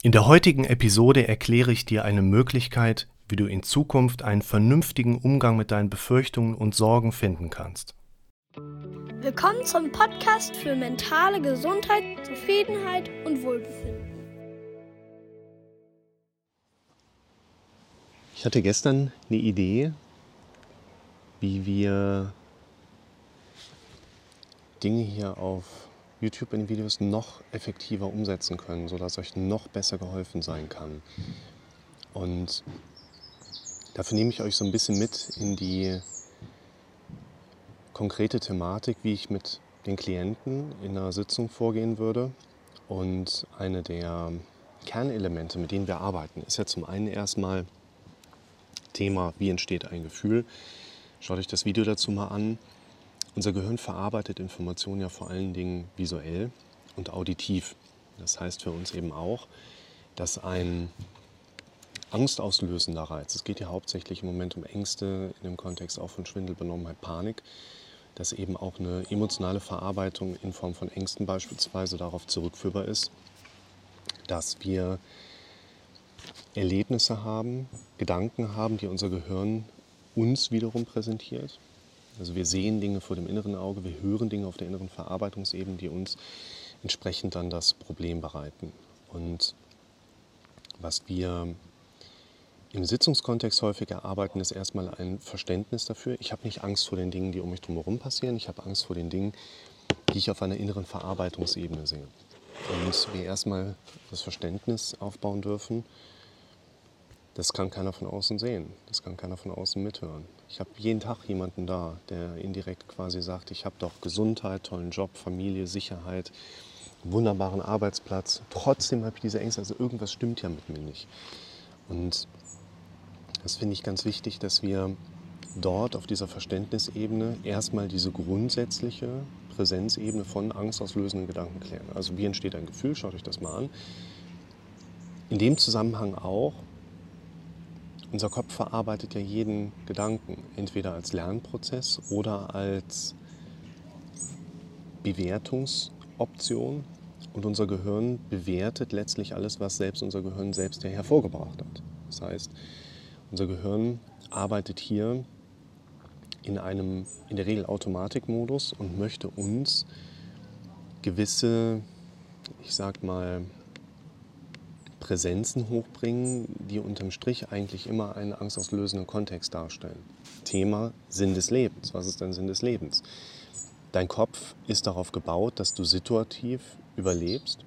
In der heutigen Episode erkläre ich dir eine Möglichkeit, wie du in Zukunft einen vernünftigen Umgang mit deinen Befürchtungen und Sorgen finden kannst. Willkommen zum Podcast für mentale Gesundheit, Zufriedenheit und Wohlbefinden. Ich hatte gestern eine Idee, wie wir Dinge hier auf YouTube in den Videos noch effektiver umsetzen können, sodass euch noch besser geholfen sein kann. Und dafür nehme ich euch so ein bisschen mit in die konkrete Thematik, wie ich mit den Klienten in einer Sitzung vorgehen würde. Und eine der Kernelemente, mit denen wir arbeiten, ist ja zum einen erstmal Thema, wie entsteht ein Gefühl. Schaut euch das Video dazu mal an. Unser Gehirn verarbeitet Informationen ja vor allen Dingen visuell und auditiv. Das heißt für uns eben auch, dass ein angstauslösender Reiz, es geht ja hauptsächlich im Moment um Ängste, in dem Kontext auch von Schwindel, Benommenheit, Panik, dass eben auch eine emotionale Verarbeitung in Form von Ängsten beispielsweise darauf zurückführbar ist, dass wir Erlebnisse haben, Gedanken haben, die unser Gehirn uns wiederum präsentiert. Also wir sehen Dinge vor dem inneren Auge, wir hören Dinge auf der inneren Verarbeitungsebene, die uns entsprechend dann das Problem bereiten. Und was wir im Sitzungskontext häufig erarbeiten, ist erstmal ein Verständnis dafür. Ich habe nicht Angst vor den Dingen, die um mich drumherum passieren, ich habe Angst vor den Dingen, die ich auf einer inneren Verarbeitungsebene sehe. Und wir erstmal das Verständnis aufbauen dürfen, das kann keiner von außen sehen, das kann keiner von außen mithören. Ich habe jeden Tag jemanden da, der indirekt quasi sagt, ich habe doch Gesundheit, tollen Job, Familie, Sicherheit, einen wunderbaren Arbeitsplatz. Trotzdem habe ich diese Ängste, also irgendwas stimmt ja mit mir nicht. Und das finde ich ganz wichtig, dass wir dort auf dieser Verständnisebene erstmal diese grundsätzliche Präsenzebene von angstauslösenden Gedanken klären. Also wie entsteht ein Gefühl, schaut euch das mal an. In dem Zusammenhang auch, unser Kopf verarbeitet ja jeden Gedanken, entweder als Lernprozess oder als Bewertungsoption. Und unser Gehirn bewertet letztlich alles, was selbst unser Gehirn selbst ja hervorgebracht hat. Das heißt, unser Gehirn arbeitet hier in der Regel Automatikmodus und möchte uns gewisse, ich sag mal, Präsenzen hochbringen, die unterm Strich eigentlich immer einen angstauslösenden Kontext darstellen. Thema Sinn des Lebens. Was ist dein Sinn des Lebens? Dein Kopf ist darauf gebaut, dass du situativ überlebst,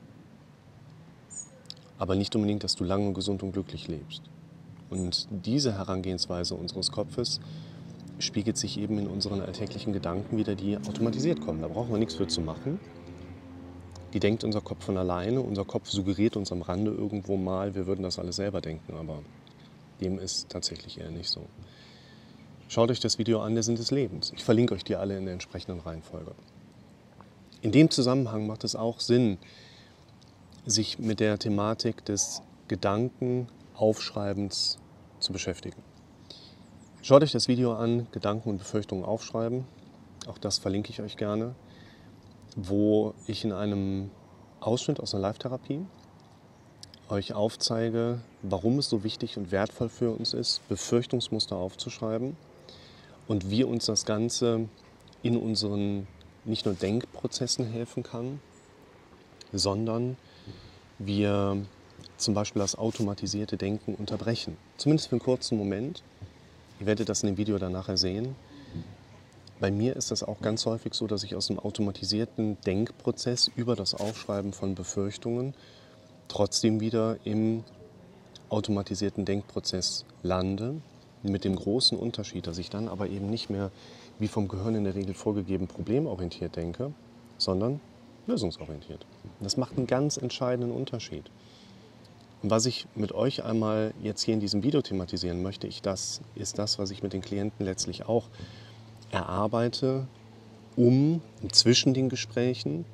aber nicht unbedingt, dass du lange, gesund und glücklich lebst. Und diese Herangehensweise unseres Kopfes spiegelt sich eben in unseren alltäglichen Gedanken wieder, die automatisiert kommen. Da brauchen wir nichts für zu machen. Die denkt unser Kopf von alleine. Unser Kopf suggeriert uns am Rande irgendwo mal, wir würden das alles selber denken, aber dem ist tatsächlich eher nicht so. Schaut euch das Video an, der Sinn des Lebens. Ich verlinke euch die alle in der entsprechenden Reihenfolge. In dem Zusammenhang macht es auch Sinn, sich mit der Thematik des Gedankenaufschreibens zu beschäftigen. Schaut euch das Video an, Gedanken und Befürchtungen aufschreiben. Auch das verlinke ich euch gerne, wo ich in einem Ausschnitt aus einer Live-Therapie euch aufzeige, warum es so wichtig und wertvoll für uns ist, Befürchtungsmuster aufzuschreiben und wie uns das Ganze in unseren nicht nur Denkprozessen helfen kann, sondern wir zum Beispiel das automatisierte Denken unterbrechen. Zumindest für einen kurzen Moment. Ihr werdet das in dem Video dann nachher sehen. Bei mir ist das auch ganz häufig so, dass ich aus dem automatisierten Denkprozess über das Aufschreiben von Befürchtungen trotzdem wieder im automatisierten Denkprozess lande, mit dem großen Unterschied, dass ich dann aber eben nicht mehr wie vom Gehirn in der Regel vorgegeben problemorientiert denke, sondern lösungsorientiert. Das macht einen ganz entscheidenden Unterschied. Und was ich mit euch einmal jetzt hier in diesem Video thematisieren möchte, ist das, was ich mit den Klienten letztlich auch erarbeite, um zwischen den Gesprächen,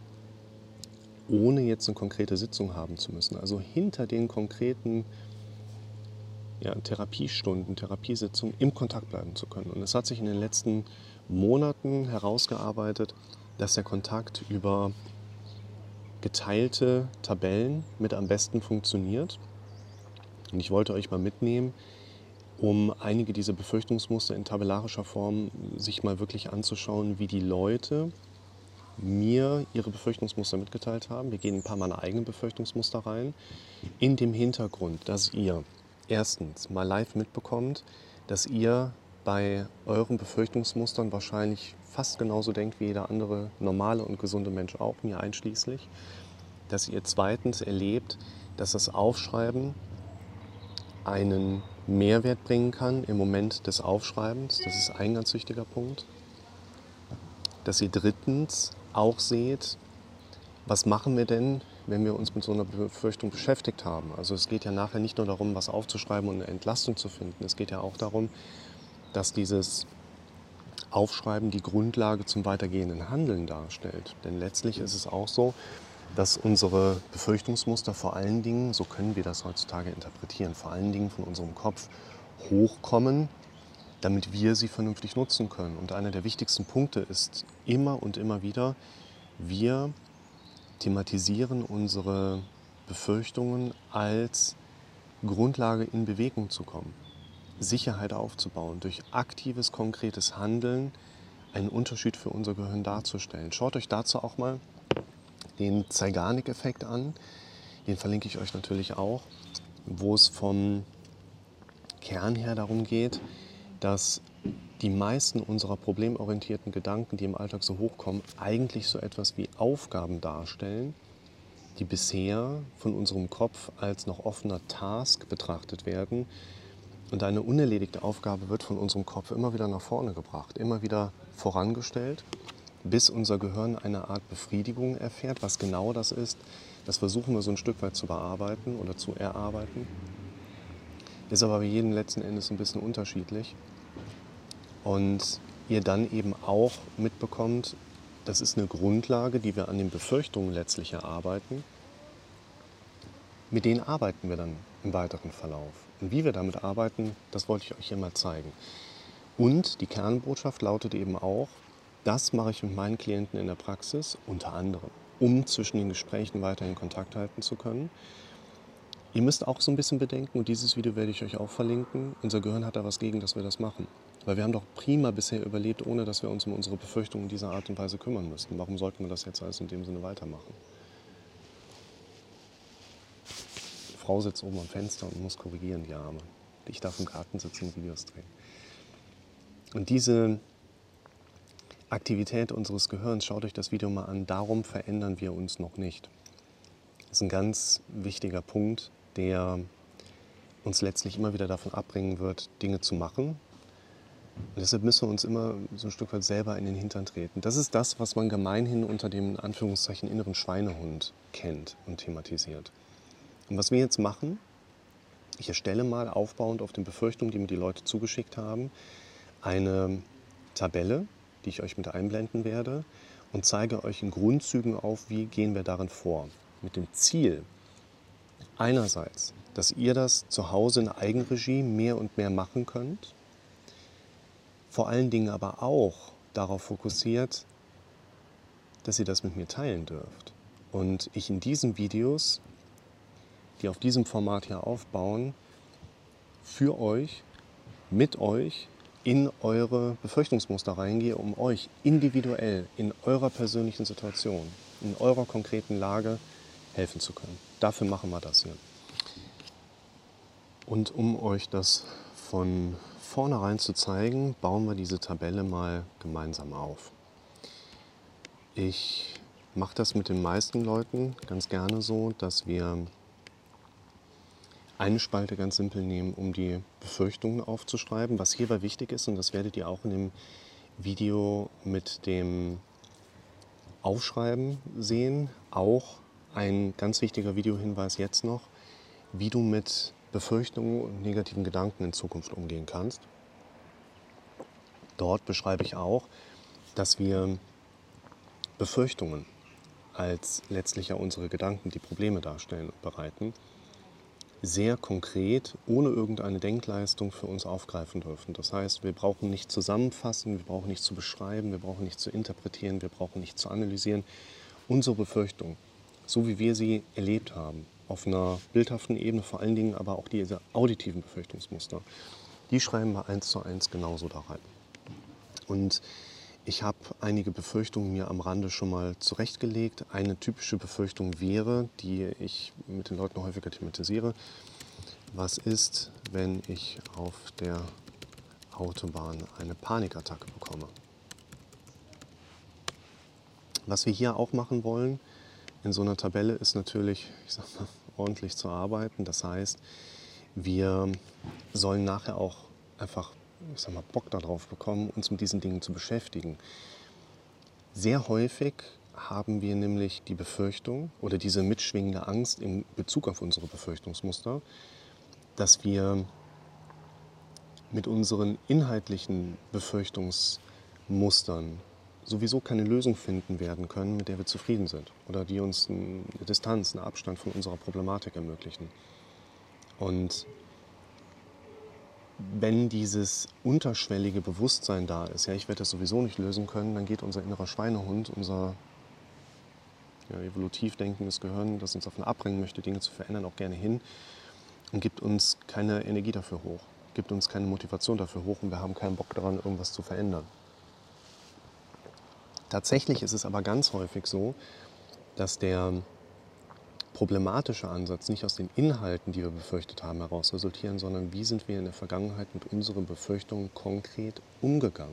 ohne jetzt eine konkrete Sitzung haben zu müssen, also hinter den konkreten Therapiestunden, Therapiesitzungen im Kontakt bleiben zu können. Und es hat sich in den letzten Monaten herausgearbeitet, dass der Kontakt über geteilte Tabellen mit am besten funktioniert. Und ich wollte euch mal mitnehmen, um einige dieser Befürchtungsmuster in tabellarischer Form sich mal wirklich anzuschauen, wie die Leute mir ihre Befürchtungsmuster mitgeteilt haben. Wir gehen ein paar meiner eigenen Befürchtungsmuster rein, in dem Hintergrund, dass ihr erstens mal live mitbekommt, dass ihr bei euren Befürchtungsmustern wahrscheinlich fast genauso denkt wie jeder andere normale und gesunde Mensch auch, mir einschließlich. Dass ihr zweitens erlebt, dass das Aufschreiben einen Mehrwert bringen kann im Moment des Aufschreibens. Das ist ein ganz wichtiger Punkt. Dass ihr drittens auch seht, was machen wir denn, wenn wir uns mit so einer Befürchtung beschäftigt haben. Also es geht ja nachher nicht nur darum, was aufzuschreiben und eine Entlastung zu finden. Es geht ja auch darum, dass dieses Aufschreiben die Grundlage zum weitergehenden Handeln darstellt. Denn letztlich ist es auch so, dass unsere Befürchtungsmuster vor allen Dingen, so können wir das heutzutage interpretieren, vor allen Dingen von unserem Kopf hochkommen, damit wir sie vernünftig nutzen können. Und einer der wichtigsten Punkte ist immer und immer wieder, wir thematisieren unsere Befürchtungen als Grundlage, in Bewegung zu kommen, Sicherheit aufzubauen, durch aktives, konkretes Handeln einen Unterschied für unser Gehirn darzustellen. Schaut euch dazu auch mal den Zeigarnik-Effekt an, den verlinke ich euch natürlich auch, wo es vom Kern her darum geht, dass die meisten unserer problemorientierten Gedanken, die im Alltag so hochkommen, eigentlich so etwas wie Aufgaben darstellen, die bisher von unserem Kopf als noch offener Task betrachtet werden. Und eine unerledigte Aufgabe wird von unserem Kopf immer wieder nach vorne gebracht, immer wieder vorangestellt, bis unser Gehirn eine Art Befriedigung erfährt. Was genau das ist, das versuchen wir so ein Stück weit zu bearbeiten oder zu erarbeiten. Ist aber bei jedem letzten Endes ein bisschen unterschiedlich. Und ihr dann eben auch mitbekommt, das ist eine Grundlage, die wir an den Befürchtungen letztlich erarbeiten. Mit denen arbeiten wir dann im weiteren Verlauf. Und wie wir damit arbeiten, das wollte ich euch hier mal zeigen. Und die Kernbotschaft lautet eben auch, das mache ich mit meinen Klienten in der Praxis, unter anderem, um zwischen den Gesprächen weiterhin Kontakt halten zu können. Ihr müsst auch so ein bisschen bedenken, und dieses Video werde ich euch auch verlinken, unser Gehirn hat da was gegen, dass wir das machen. Weil wir haben doch prima bisher überlebt, ohne dass wir uns um unsere Befürchtungen in dieser Art und Weise kümmern müssten. Warum sollten wir das jetzt alles in dem Sinne weitermachen? Die Frau sitzt oben am Fenster und muss korrigieren, die Arme. Ich darf im Garten sitzen und Videos drehen. Und diese Aktivität unseres Gehirns, schaut euch das Video mal an, darum verändern wir uns noch nicht. Das ist ein ganz wichtiger Punkt, der uns letztlich immer wieder davon abbringen wird, Dinge zu machen. Und deshalb müssen wir uns immer so ein Stück weit selber in den Hintern treten. Das ist das, was man gemeinhin unter dem in Anführungszeichen inneren Schweinehund kennt und thematisiert. Und was wir jetzt machen, ich erstelle mal aufbauend auf den Befürchtungen, die mir die Leute zugeschickt haben, eine Tabelle, die ich euch mit einblenden werde und zeige euch in Grundzügen auf, wie gehen wir darin vor. Mit dem Ziel, einerseits, dass ihr das zu Hause in Eigenregie mehr und mehr machen könnt, vor allen Dingen aber auch darauf fokussiert, dass ihr das mit mir teilen dürft. Und ich in diesen Videos, die auf diesem Format hier aufbauen, für euch, mit euch in eure Befürchtungsmuster reingehe, um euch individuell in eurer persönlichen Situation, in eurer konkreten Lage helfen zu können. Dafür machen wir das hier. Und um euch das von vornherein zu zeigen, bauen wir diese Tabelle mal gemeinsam auf. Ich mache das mit den meisten Leuten ganz gerne so, dass wir eine Spalte ganz simpel nehmen, um die Befürchtungen aufzuschreiben. Was hierbei wichtig ist, und das werdet ihr auch in dem Video mit dem Aufschreiben sehen, auch ein ganz wichtiger Videohinweis jetzt noch, wie du mit Befürchtungen und negativen Gedanken in Zukunft umgehen kannst. Dort beschreibe ich auch, dass wir Befürchtungen als letztlich ja unsere Gedanken, die Probleme darstellen und bereiten, sehr konkret, ohne irgendeine Denkleistung für uns aufgreifen dürfen. Das heißt, wir brauchen nicht zusammenfassen, wir brauchen nicht zu beschreiben, wir brauchen nicht zu interpretieren, wir brauchen nicht zu analysieren. Unsere Befürchtung so wie wir sie erlebt haben, auf einer bildhaften Ebene vor allen Dingen, aber auch diese auditiven Befürchtungsmuster, die schreiben wir 1:1 genauso da rein. Und ich habe einige Befürchtungen mir am Rande schon mal zurechtgelegt. Eine typische Befürchtung wäre, die ich mit den Leuten häufiger thematisiere: Was ist, wenn ich auf der Autobahn eine Panikattacke bekomme? Was wir hier auch machen wollen in so einer Tabelle ist natürlich, ich sag mal, ordentlich zu arbeiten. Das heißt, wir sollen nachher auch einfach, ich sag mal, Bock darauf bekommen, uns mit diesen Dingen zu beschäftigen. Sehr häufig haben wir nämlich die Befürchtung oder diese mitschwingende Angst in Bezug auf unsere Befürchtungsmuster, dass wir mit unseren inhaltlichen Befürchtungsmustern sowieso keine Lösung finden werden können, mit der wir zufrieden sind oder die uns eine Distanz, einen Abstand von unserer Problematik ermöglichen. Und wenn dieses unterschwellige Bewusstsein da ist, ja, ich werde das sowieso nicht lösen können, dann geht unser innerer Schweinehund, unser evolutiv denkendes Gehirn, das uns davon abbringen möchte, Dinge zu verändern, auch gerne hin und gibt uns keine Energie dafür hoch, gibt uns keine Motivation dafür hoch und wir haben keinen Bock daran, irgendwas zu verändern. Tatsächlich ist es aber ganz häufig so, dass der problematische Ansatz nicht aus den Inhalten, die wir befürchtet haben, heraus resultieren, sondern wie sind wir in der Vergangenheit mit unseren Befürchtungen konkret umgegangen.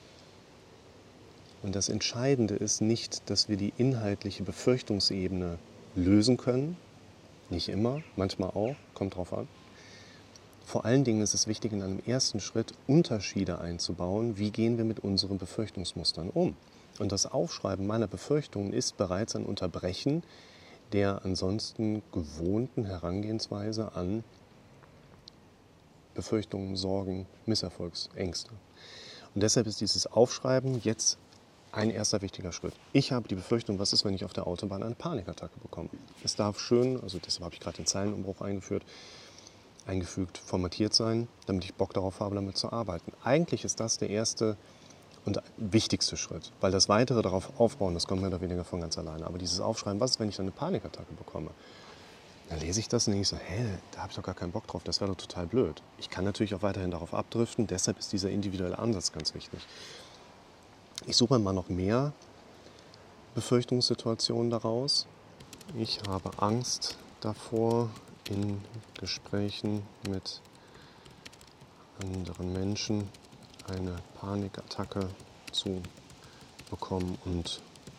Und das Entscheidende ist nicht, dass wir die inhaltliche Befürchtungsebene lösen können, nicht immer, manchmal auch, kommt drauf an. Vor allen Dingen ist es wichtig, in einem ersten Schritt Unterschiede einzubauen, wie gehen wir mit unseren Befürchtungsmustern um. Und das Aufschreiben meiner Befürchtungen ist bereits ein Unterbrechen der ansonsten gewohnten Herangehensweise an Befürchtungen, Sorgen, Misserfolgsängste. Und deshalb ist dieses Aufschreiben jetzt ein erster wichtiger Schritt. Ich habe die Befürchtung, was ist, wenn ich auf der Autobahn eine Panikattacke bekomme? Es darf schön, also deshalb habe ich gerade den Zeilenumbruch eingefügt, formatiert sein, damit ich Bock darauf habe, damit zu arbeiten. Eigentlich ist das der erste und wichtigste Schritt, weil das Weitere darauf aufbauen, das kommt mehr oder weniger von ganz alleine. Aber dieses Aufschreiben, was ist, wenn ich dann eine Panikattacke bekomme? Dann lese ich das und denke ich so, da habe ich doch gar keinen Bock drauf, das wäre doch total blöd. Ich kann natürlich auch weiterhin darauf abdriften, deshalb ist dieser individuelle Ansatz ganz wichtig. Ich suche mal noch mehr Befürchtungssituationen daraus. Ich habe Angst davor, in Gesprächen mit anderen Menschen eine Panikattacke zu bekommen und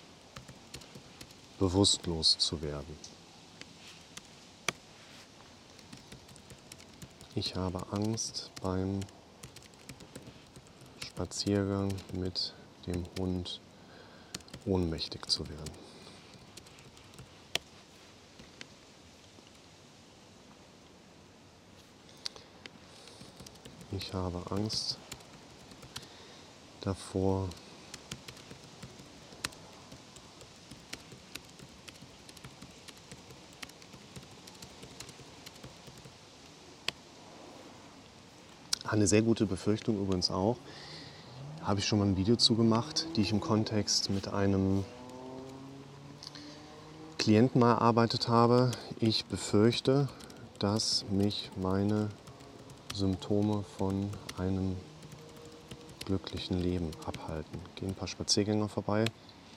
bewusstlos zu werden. Ich habe Angst beim Spaziergang mit dem Hund ohnmächtig zu werden. Ich habe Angst davor, eine sehr gute Befürchtung übrigens auch, habe ich schon mal ein Video zu gemacht, die ich im Kontext mit einem Klienten mal erarbeitet habe. Ich befürchte, dass mich meine Symptome von einem glücklichen Leben abhalten. Gehen ein paar Spaziergänger vorbei,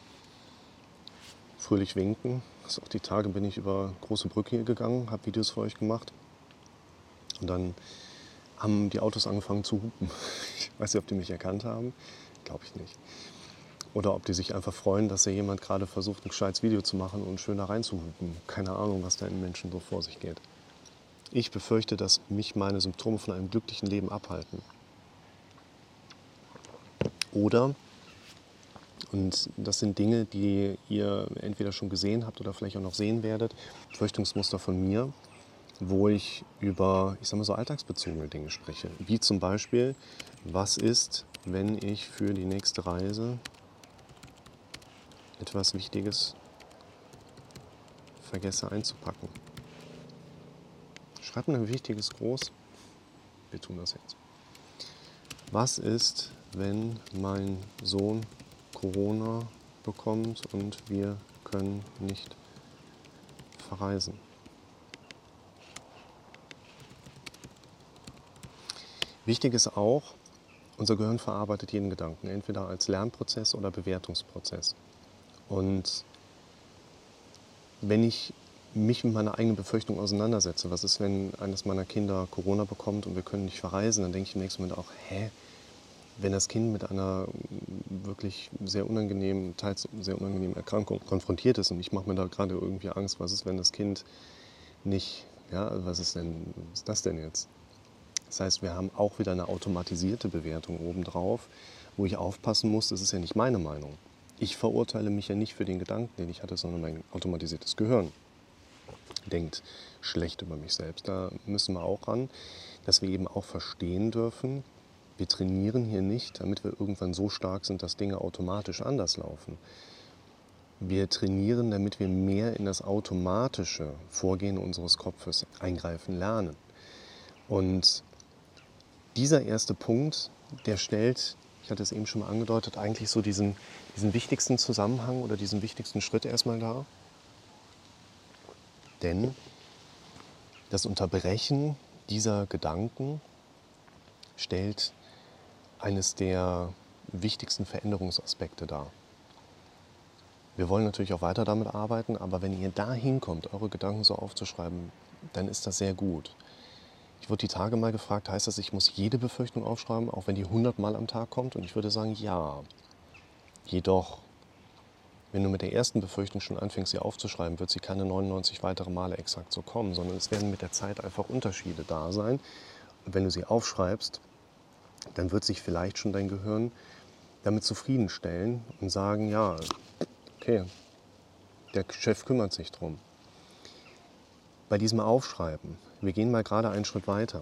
fröhlich winken. Also auch die Tage bin ich über große Brücke hier gegangen, habe Videos für euch gemacht. Und dann haben die Autos angefangen zu hupen. Ich weiß nicht, ob die mich erkannt haben. Glaube ich nicht. Oder ob die sich einfach freuen, dass ja jemand gerade versucht, ein gescheites Video zu machen und schön da reinzuhupen. Keine Ahnung, was da in Menschen so vor sich geht. Ich befürchte, dass mich meine Symptome von einem glücklichen Leben abhalten. Oder, und das sind Dinge, die ihr entweder schon gesehen habt oder vielleicht auch noch sehen werdet, Befürchtungsmuster von mir, wo ich über, ich sag mal so, alltagsbezogene Dinge spreche. Wie zum Beispiel, was ist, wenn ich für die nächste Reise etwas Wichtiges vergesse einzupacken? Schreibt mir ein Wichtiges groß. Wir tun das jetzt. Was ist, wenn mein Sohn Corona bekommt und wir können nicht verreisen. Wichtig ist auch, unser Gehirn verarbeitet jeden Gedanken, entweder als Lernprozess oder Bewertungsprozess. Und wenn ich mich mit meiner eigenen Befürchtung auseinandersetze, was ist, wenn eines meiner Kinder Corona bekommt und wir können nicht verreisen, dann denke ich im nächsten Moment auch, wenn das Kind mit einer wirklich sehr unangenehmen, teils sehr unangenehmen Erkrankung konfrontiert ist und ich mache mir da gerade irgendwie Angst, was ist, wenn das Kind nicht, was ist das denn jetzt? Das heißt, wir haben auch wieder eine automatisierte Bewertung obendrauf, wo ich aufpassen muss, das ist ja nicht meine Meinung. Ich verurteile mich ja nicht für den Gedanken, den ich hatte, sondern mein automatisiertes Gehirn denkt schlecht über mich selbst. Da müssen wir auch ran, dass wir eben auch verstehen dürfen, wir trainieren hier nicht, damit wir irgendwann so stark sind, dass Dinge automatisch anders laufen. Wir trainieren, damit wir mehr in das automatische Vorgehen unseres Kopfes eingreifen lernen. Und dieser erste Punkt, der stellt, ich hatte es eben schon mal angedeutet, eigentlich so diesen wichtigsten Zusammenhang oder diesen wichtigsten Schritt erstmal dar. Denn das Unterbrechen dieser Gedanken stellt eines der wichtigsten Veränderungsaspekte dar. Wir wollen natürlich auch weiter damit arbeiten, aber wenn ihr da hinkommt, eure Gedanken so aufzuschreiben, dann ist das sehr gut. Ich wurde die Tage mal gefragt, heißt das, ich muss jede Befürchtung aufschreiben, auch wenn die 100 Mal am Tag kommt? Und ich würde sagen, ja. Jedoch, wenn du mit der ersten Befürchtung schon anfängst, sie aufzuschreiben, wird sie keine 99 weitere Male exakt so kommen, sondern es werden mit der Zeit einfach Unterschiede da sein. Und wenn du sie aufschreibst, dann wird sich vielleicht schon dein Gehirn damit zufriedenstellen und sagen, ja, okay, der Chef kümmert sich drum. Bei diesem Aufschreiben, wir gehen mal gerade einen Schritt weiter,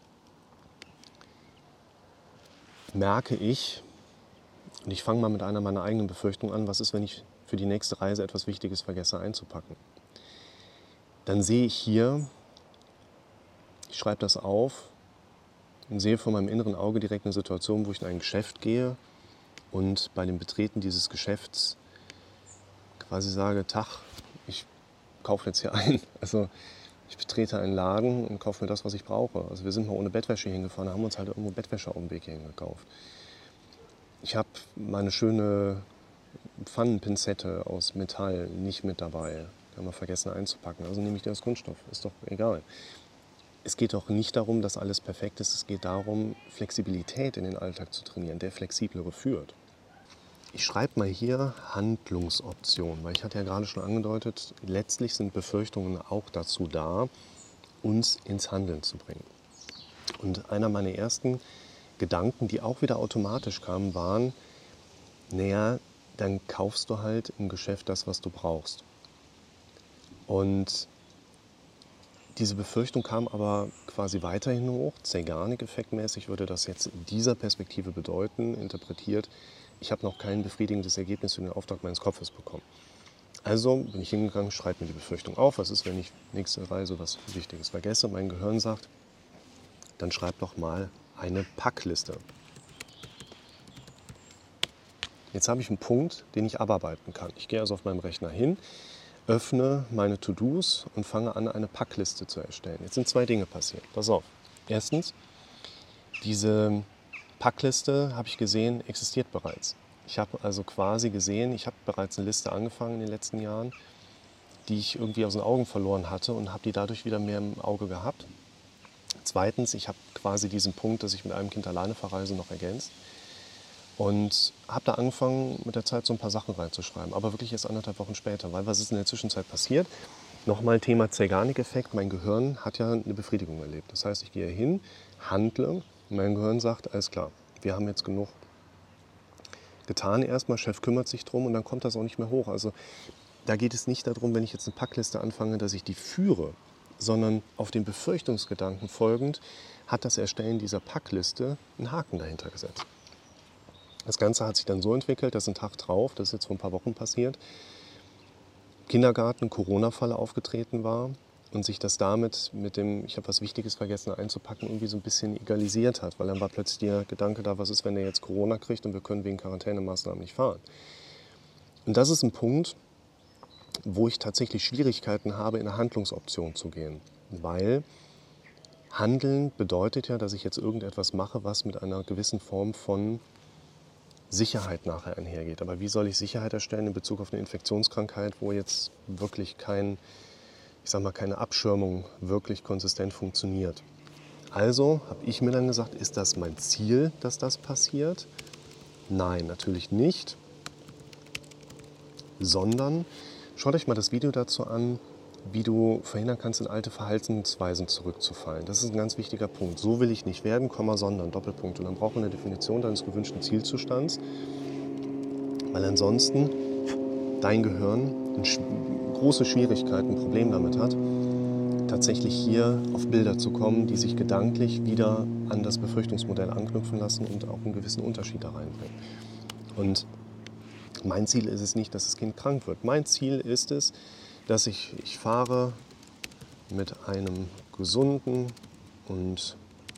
merke ich, und ich fange mal mit einer meiner eigenen Befürchtungen an, was ist, wenn ich für die nächste Reise etwas Wichtiges vergesse einzupacken. Dann sehe ich hier, ich schreibe das auf und sehe vor meinem inneren Auge direkt eine Situation, wo ich in ein Geschäft gehe und bei dem Betreten dieses Geschäfts quasi sage, Tag, ich kaufe jetzt hier ein. Also ich betrete einen Laden und kaufe mir das, was ich brauche. Also wir sind mal ohne Bettwäsche hingefahren, haben uns halt irgendwo Bettwäsche auf dem Weg hierhin gekauft. Ich habe meine schöne Pfannenpinzette aus Metall nicht mit dabei. Die haben wir vergessen einzupacken. Also nehme ich die aus Kunststoff. Ist doch egal. Es geht doch nicht darum, dass alles perfekt ist. Es geht darum, Flexibilität in den Alltag zu trainieren. Der Flexiblere führt. Ich schreibe mal hier Handlungsoption, weil ich hatte ja gerade schon angedeutet, letztlich sind Befürchtungen auch dazu da, uns ins Handeln zu bringen. Und einer meiner ersten Gedanken, die auch wieder automatisch kamen, waren, dann kaufst du halt im Geschäft das, was du brauchst. Und diese Befürchtung kam aber quasi weiterhin hoch. Zeigarnik-effektmäßig würde das jetzt in dieser Perspektive bedeuten, interpretiert, ich habe noch kein befriedigendes Ergebnis für den Auftrag meines Kopfes bekommen. Also bin ich hingegangen, schreibe mir die Befürchtung auf. Was ist, wenn ich nächste Reise was Wichtiges vergesse? Mein Gehirn sagt, dann schreib doch mal eine Packliste. Jetzt habe ich einen Punkt, den ich abarbeiten kann. Ich gehe also auf meinem Rechner hin, öffne meine To-Dos und fange an, eine Packliste zu erstellen. Jetzt sind 2 Dinge passiert. Pass auf. Erstens, diese Packliste, habe ich gesehen, existiert bereits. Ich habe also quasi gesehen, ich habe bereits eine Liste angefangen in den letzten Jahren, die ich irgendwie aus den Augen verloren hatte und habe die dadurch wieder mehr im Auge gehabt. Zweitens, ich habe quasi diesen Punkt, dass ich mit einem Kind alleine verreise, noch ergänzt. Und habe da angefangen, mit der Zeit so ein paar Sachen reinzuschreiben. Aber wirklich erst 1,5 Wochen später. Weil was ist in der Zwischenzeit passiert? Nochmal Thema Zeigarnik-Effekt. Mein Gehirn hat ja eine Befriedigung erlebt. Das heißt, ich gehe hin, handle. Und mein Gehirn sagt, alles klar, wir haben jetzt genug getan erstmal. Chef kümmert sich drum und dann kommt das auch nicht mehr hoch. Also da geht es nicht darum, wenn ich jetzt eine Packliste anfange, dass ich die führe. Sondern auf den Befürchtungsgedanken folgend hat das Erstellen dieser Packliste einen Haken dahinter gesetzt. Das Ganze hat sich dann so entwickelt, dass ein Tag drauf, das ist jetzt vor ein paar Wochen passiert, im Kindergarten Corona-Fall aufgetreten war und sich das damit mit dem, ich habe was Wichtiges vergessen einzupacken, irgendwie so ein bisschen egalisiert hat. Weil dann war plötzlich der Gedanke da, was ist, wenn der jetzt Corona kriegt und wir können wegen Quarantänemaßnahmen nicht fahren. Und das ist ein Punkt, wo ich tatsächlich Schwierigkeiten habe, in eine Handlungsoption zu gehen. Weil Handeln bedeutet ja, dass ich jetzt irgendetwas mache, was mit einer gewissen Form von Sicherheit nachher einhergeht. Aber wie soll ich Sicherheit erstellen in Bezug auf eine Infektionskrankheit, wo jetzt wirklich keine Abschirmung wirklich konsistent funktioniert? Also habe ich mir dann gesagt, ist das mein Ziel, dass das passiert? Nein, natürlich nicht. Sondern schaut euch mal das Video dazu an, wie du verhindern kannst, in alte Verhaltensweisen zurückzufallen. Das ist ein ganz wichtiger Punkt. So will ich nicht werden, sondern, Doppelpunkt. Und dann braucht man eine Definition deines gewünschten Zielzustands, weil ansonsten dein Gehirn große Schwierigkeiten, ein Problem damit hat, tatsächlich hier auf Bilder zu kommen, die sich gedanklich wieder an das Befürchtungsmodell anknüpfen lassen und auch einen gewissen Unterschied da reinbringen. Und mein Ziel ist es nicht, dass das Kind krank wird. Mein Ziel ist es, dass ich fahre mit einem gesunden und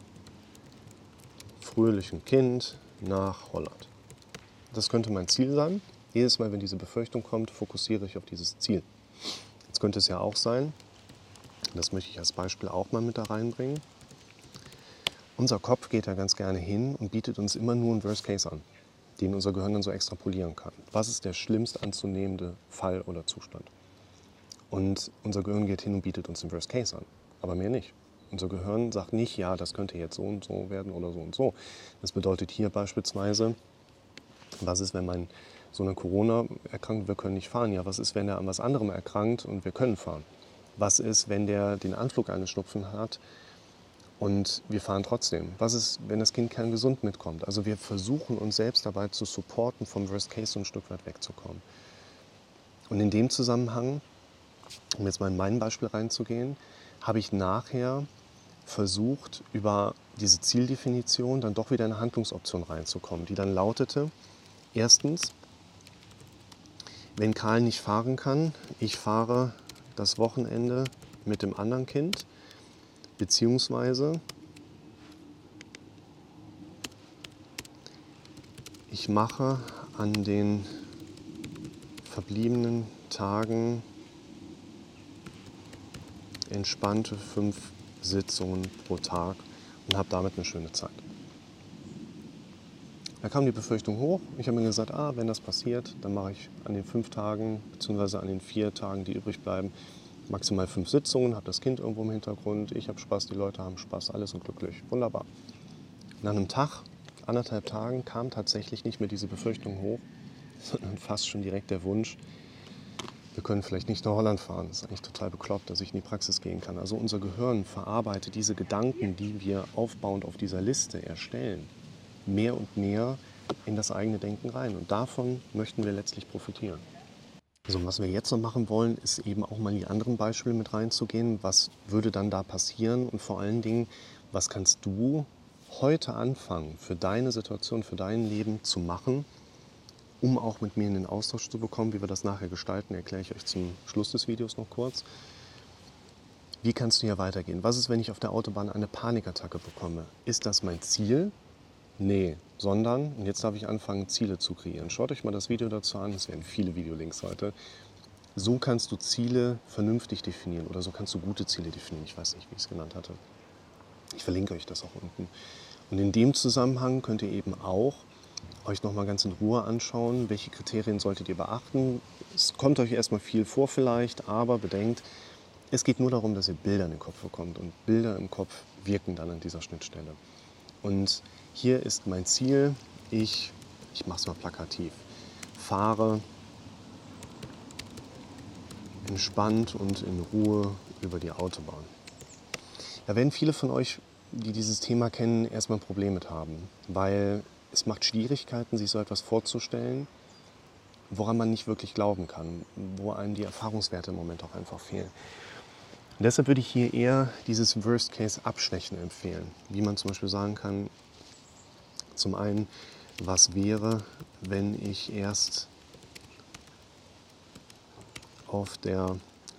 fröhlichen Kind nach Holland. Das könnte mein Ziel sein. Jedes Mal, wenn diese Befürchtung kommt, fokussiere ich auf dieses Ziel. Jetzt könnte es ja auch sein, das möchte ich als Beispiel auch mal mit da reinbringen, unser Kopf geht ja ganz gerne hin und bietet uns immer nur einen Worst Case an, den unser Gehirn dann so extrapolieren kann. Was ist der schlimmst anzunehmende Fall oder Zustand? Und unser Gehirn geht hin und bietet uns den Worst Case an, aber mehr nicht. Unser Gehirn sagt nicht, ja, das könnte jetzt so und so werden oder so und so. Das bedeutet hier beispielsweise, was ist, wenn mein Sohn an Corona erkrankt, wir können nicht fahren? Ja, was ist, wenn er an was anderem erkrankt und wir können fahren? Was ist, wenn der den Anflug eines Schnupfen hat und wir fahren trotzdem? Was ist, wenn das Kind kerngesund mitkommt? Also wir versuchen uns selbst dabei zu supporten, vom Worst Case so ein Stück weit wegzukommen. Und in dem Zusammenhang, um jetzt mal in mein Beispiel reinzugehen, habe ich nachher versucht, über diese Zieldefinition dann doch wieder in eine Handlungsoption reinzukommen, die dann lautete, erstens, wenn Karl nicht fahren kann, ich fahre das Wochenende mit dem anderen Kind, beziehungsweise ich mache an den verbliebenen Tagen entspannte 5 Sitzungen pro Tag und habe damit eine schöne Zeit. Da kam die Befürchtung hoch. Ich habe mir gesagt, wenn das passiert, dann mache ich an den 5 Tagen, beziehungsweise an den 4 Tagen, die übrig bleiben, maximal 5 Sitzungen, habe das Kind irgendwo im Hintergrund, ich habe Spaß, die Leute haben Spaß, alles sind glücklich. Wunderbar. Nach einem Tag, 1,5 Tagen, kam tatsächlich nicht mehr diese Befürchtung hoch, sondern fast schon direkt der Wunsch, wir können vielleicht nicht nach Holland fahren. Das ist eigentlich total bekloppt, dass ich in die Praxis gehen kann. Also unser Gehirn verarbeitet diese Gedanken, die wir aufbauend auf dieser Liste erstellen, mehr und mehr in das eigene Denken rein. Und davon möchten wir letztlich profitieren. Also was wir jetzt noch machen wollen, ist eben auch mal in die anderen Beispiele mit reinzugehen. Was würde dann da passieren? Und vor allen Dingen, was kannst du heute anfangen, für deine Situation, für dein Leben zu machen, um auch mit mir in den Austausch zu bekommen, wie wir das nachher gestalten, erkläre ich euch zum Schluss des Videos noch kurz. Wie kannst du hier weitergehen? Was ist, wenn ich auf der Autobahn eine Panikattacke bekomme? Ist das mein Ziel? Nee, sondern, und jetzt darf ich anfangen, Ziele zu kreieren. Schaut euch mal das Video dazu an, es werden viele Videolinks heute. So kannst du Ziele vernünftig definieren oder so kannst du gute Ziele definieren. Ich weiß nicht, wie ich es genannt hatte. Ich verlinke euch das auch unten. Und in dem Zusammenhang könnt ihr eben auch euch nochmal ganz in Ruhe anschauen, welche Kriterien solltet ihr beachten. Es kommt euch erstmal viel vor vielleicht, aber bedenkt, es geht nur darum, dass ihr Bilder in den Kopf bekommt und Bilder im Kopf wirken dann an dieser Schnittstelle. Und hier ist mein Ziel, ich mache es mal plakativ, fahre entspannt und in Ruhe über die Autobahn. Da werden viele von euch, die dieses Thema kennen, erstmal ein Problem mit haben, weil es macht Schwierigkeiten, sich so etwas vorzustellen, woran man nicht wirklich glauben kann, wo einem die Erfahrungswerte im Moment auch einfach fehlen. Und deshalb würde ich hier eher dieses Worst-Case-Abschwächen empfehlen, wie man zum Beispiel sagen kann, zum einen, was wäre, wenn ich erst auf der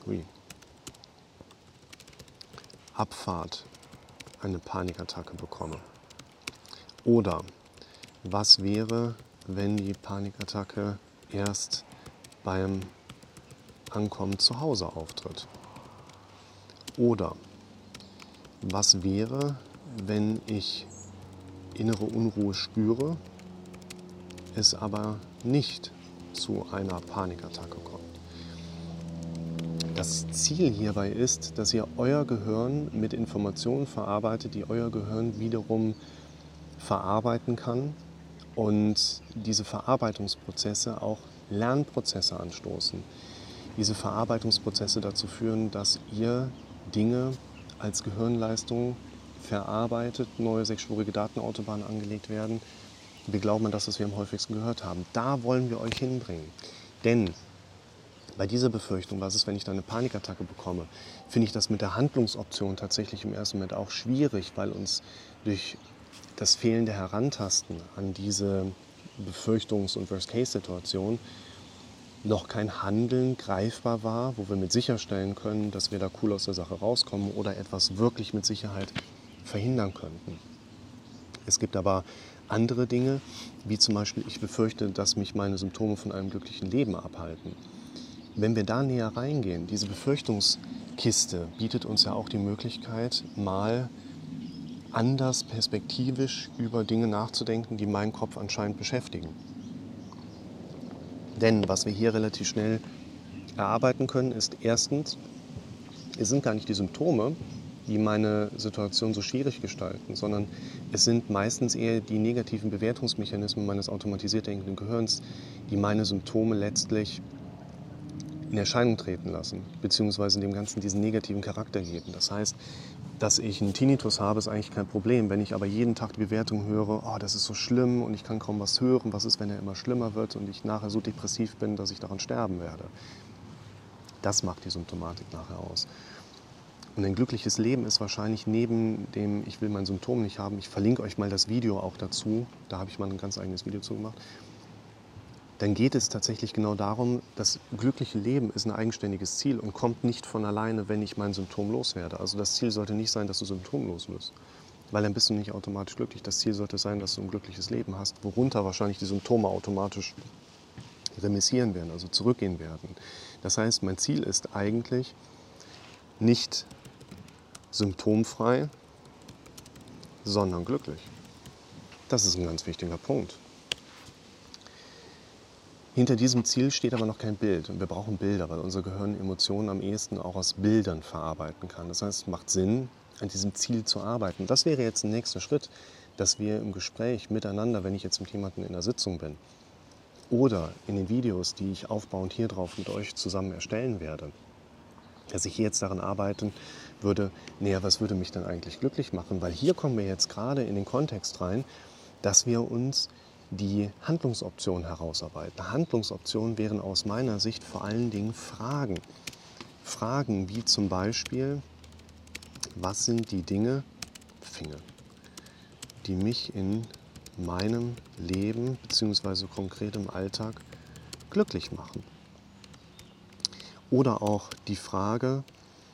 Abfahrt eine Panikattacke bekomme? Oder was wäre, wenn die Panikattacke erst beim Ankommen zu Hause auftritt? Oder was wäre, wenn ich innere Unruhe spüre, es aber nicht zu einer Panikattacke kommt? Das Ziel hierbei ist, dass ihr euer Gehirn mit Informationen verarbeitet, die euer Gehirn wiederum verarbeiten kann und diese Verarbeitungsprozesse auch Lernprozesse anstoßen. Diese Verarbeitungsprozesse dazu führen, dass ihr Dinge als Gehirnleistung verarbeitet, neue sechsspurige Datenautobahnen angelegt werden. Wir glauben an das, was wir am häufigsten gehört haben. Da wollen wir euch hinbringen. Denn bei dieser Befürchtung, was ist, wenn ich da eine Panikattacke bekomme, finde ich das mit der Handlungsoption tatsächlich im ersten Moment auch schwierig, weil uns durch das fehlende Herantasten an diese Befürchtungs- und Worst-Case-Situation noch kein Handeln greifbar war, wo wir mit sicherstellen können, dass wir da cool aus der Sache rauskommen oder etwas wirklich mit Sicherheit verhindern könnten. Es gibt aber andere Dinge, wie zum Beispiel, ich befürchte, dass mich meine Symptome von einem glücklichen Leben abhalten. Wenn wir da näher reingehen, diese Befürchtungskiste bietet uns ja auch die Möglichkeit, mal anders perspektivisch über Dinge nachzudenken, die meinen Kopf anscheinend beschäftigen. Denn was wir hier relativ schnell erarbeiten können, ist erstens, es sind gar nicht die Symptome, die meine Situation so schwierig gestalten, sondern es sind meistens eher die negativen Bewertungsmechanismen meines automatisiert denkenden Gehirns, die meine Symptome letztlich in Erscheinung treten lassen, beziehungsweise dem Ganzen diesen negativen Charakter geben. Das heißt, dass ich einen Tinnitus habe, ist eigentlich kein Problem. Wenn ich aber jeden Tag die Bewertung höre, oh, das ist so schlimm und ich kann kaum was hören, was ist, wenn er immer schlimmer wird und ich nachher so depressiv bin, dass ich daran sterben werde. Das macht die Symptomatik nachher aus. Und ein glückliches Leben ist wahrscheinlich neben dem, ich will mein Symptom nicht haben, ich verlinke euch mal das Video auch dazu, da habe ich mal ein ganz eigenes Video zu gemacht, dann geht es tatsächlich genau darum, das glückliche Leben ist ein eigenständiges Ziel und kommt nicht von alleine, wenn ich mein Symptom loswerde. Also das Ziel sollte nicht sein, dass du symptomlos wirst, weil dann bist du nicht automatisch glücklich. Das Ziel sollte sein, dass du ein glückliches Leben hast, worunter wahrscheinlich die Symptome automatisch remissieren werden, also zurückgehen werden. Das heißt, mein Ziel ist eigentlich nicht symptomfrei, sondern glücklich. Das ist ein ganz wichtiger Punkt. Hinter diesem Ziel steht aber noch kein Bild. Und wir brauchen Bilder, weil unser Gehirn Emotionen am ehesten auch aus Bildern verarbeiten kann. Das heißt, es macht Sinn, an diesem Ziel zu arbeiten. Das wäre jetzt ein nächster Schritt, dass wir im Gespräch miteinander, wenn ich jetzt mit jemandem in der Sitzung bin, oder in den Videos, die ich aufbauend hier drauf mit euch zusammen erstellen werde, dass ich hier jetzt daran arbeiten würde, was würde mich dann eigentlich glücklich machen? Weil hier kommen wir jetzt gerade in den Kontext rein, dass wir uns die Handlungsoptionen herausarbeiten. Handlungsoptionen wären aus meiner Sicht vor allen Dingen Fragen. Fragen wie zum Beispiel, was sind die Dinge, die mich in meinem Leben bzw. konkret im Alltag glücklich machen? Oder auch die Frage,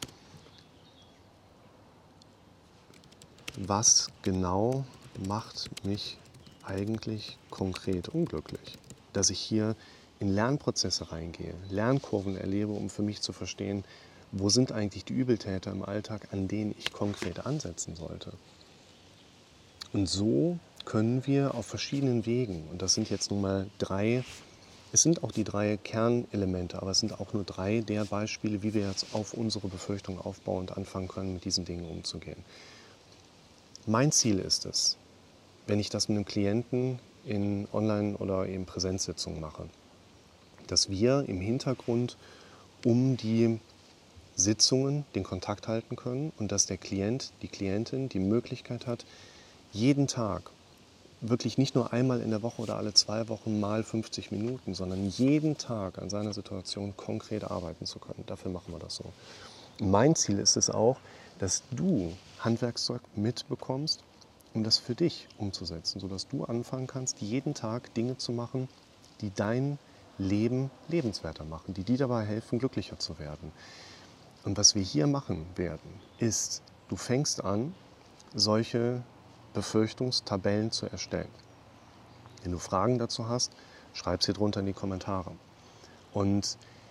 was genau macht mich eigentlich konkret unglücklich? Dass ich hier in Lernprozesse reingehe, Lernkurven erlebe, um für mich zu verstehen, wo sind eigentlich die Übeltäter im Alltag, an denen ich konkret ansetzen sollte. Und so können wir auf verschiedenen Wegen, und das sind jetzt nun mal es sind auch die 3 Kernelemente, aber es sind auch nur 3 der Beispiele, wie wir jetzt auf unsere Befürchtung aufbauend anfangen können, mit diesen Dingen umzugehen. Mein Ziel ist es, wenn ich das mit einem Klienten in Online- oder eben Präsenzsitzungen mache, dass wir im Hintergrund um die Sitzungen den Kontakt halten können und dass der Klient, die Klientin die Möglichkeit hat, jeden Tag, wirklich nicht nur einmal in der Woche oder alle 2 Wochen mal 50 Minuten, sondern jeden Tag an seiner Situation konkret arbeiten zu können. Dafür machen wir das so. Mein Ziel ist es auch, dass du Handwerkszeug mitbekommst, um das für dich umzusetzen, sodass du anfangen kannst, jeden Tag Dinge zu machen, die dein Leben lebenswerter machen, die dir dabei helfen, glücklicher zu werden. Und was wir hier machen werden, ist, du fängst an, solche Befürchtungstabellen zu erstellen. Wenn du Fragen dazu hast, schreib sie drunter in die Kommentare. Und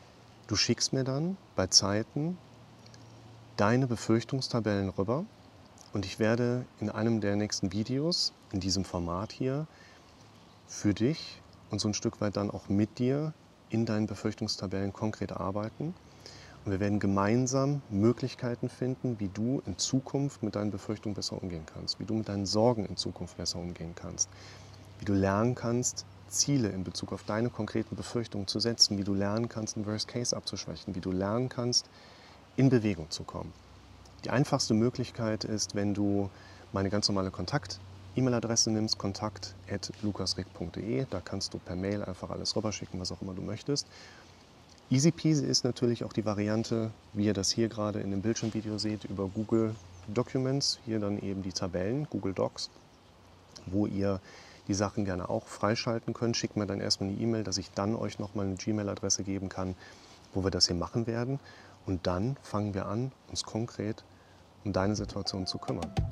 Du schickst mir dann bei Zeiten deine Befürchtungstabellen rüber und ich werde in einem der nächsten Videos, in diesem Format hier, für dich und so ein Stück weit dann auch mit dir in deinen Befürchtungstabellen konkret arbeiten. Und wir werden gemeinsam Möglichkeiten finden, wie du in Zukunft mit deinen Befürchtungen besser umgehen kannst, wie du mit deinen Sorgen in Zukunft besser umgehen kannst, wie du lernen kannst, Ziele in Bezug auf deine konkreten Befürchtungen zu setzen, wie du lernen kannst, einen Worst Case abzuschwächen, wie du lernen kannst, in Bewegung zu kommen. Die einfachste Möglichkeit ist, wenn du meine ganz normale E-Mail-Adresse nimmst, kontakt@lukasrick.de. Da kannst du per Mail einfach alles rüberschicken, was auch immer du möchtest. Easy peasy ist natürlich auch die Variante, wie ihr das hier gerade in dem Bildschirmvideo seht, über Google Documents, hier dann eben die Tabellen, Google Docs, wo ihr die Sachen gerne auch freischalten könnt. Schickt mir dann erstmal eine E-Mail, dass ich dann euch nochmal eine Gmail-Adresse geben kann, wo wir das hier machen werden. Und dann fangen wir an, uns konkret um deine Situation zu kümmern.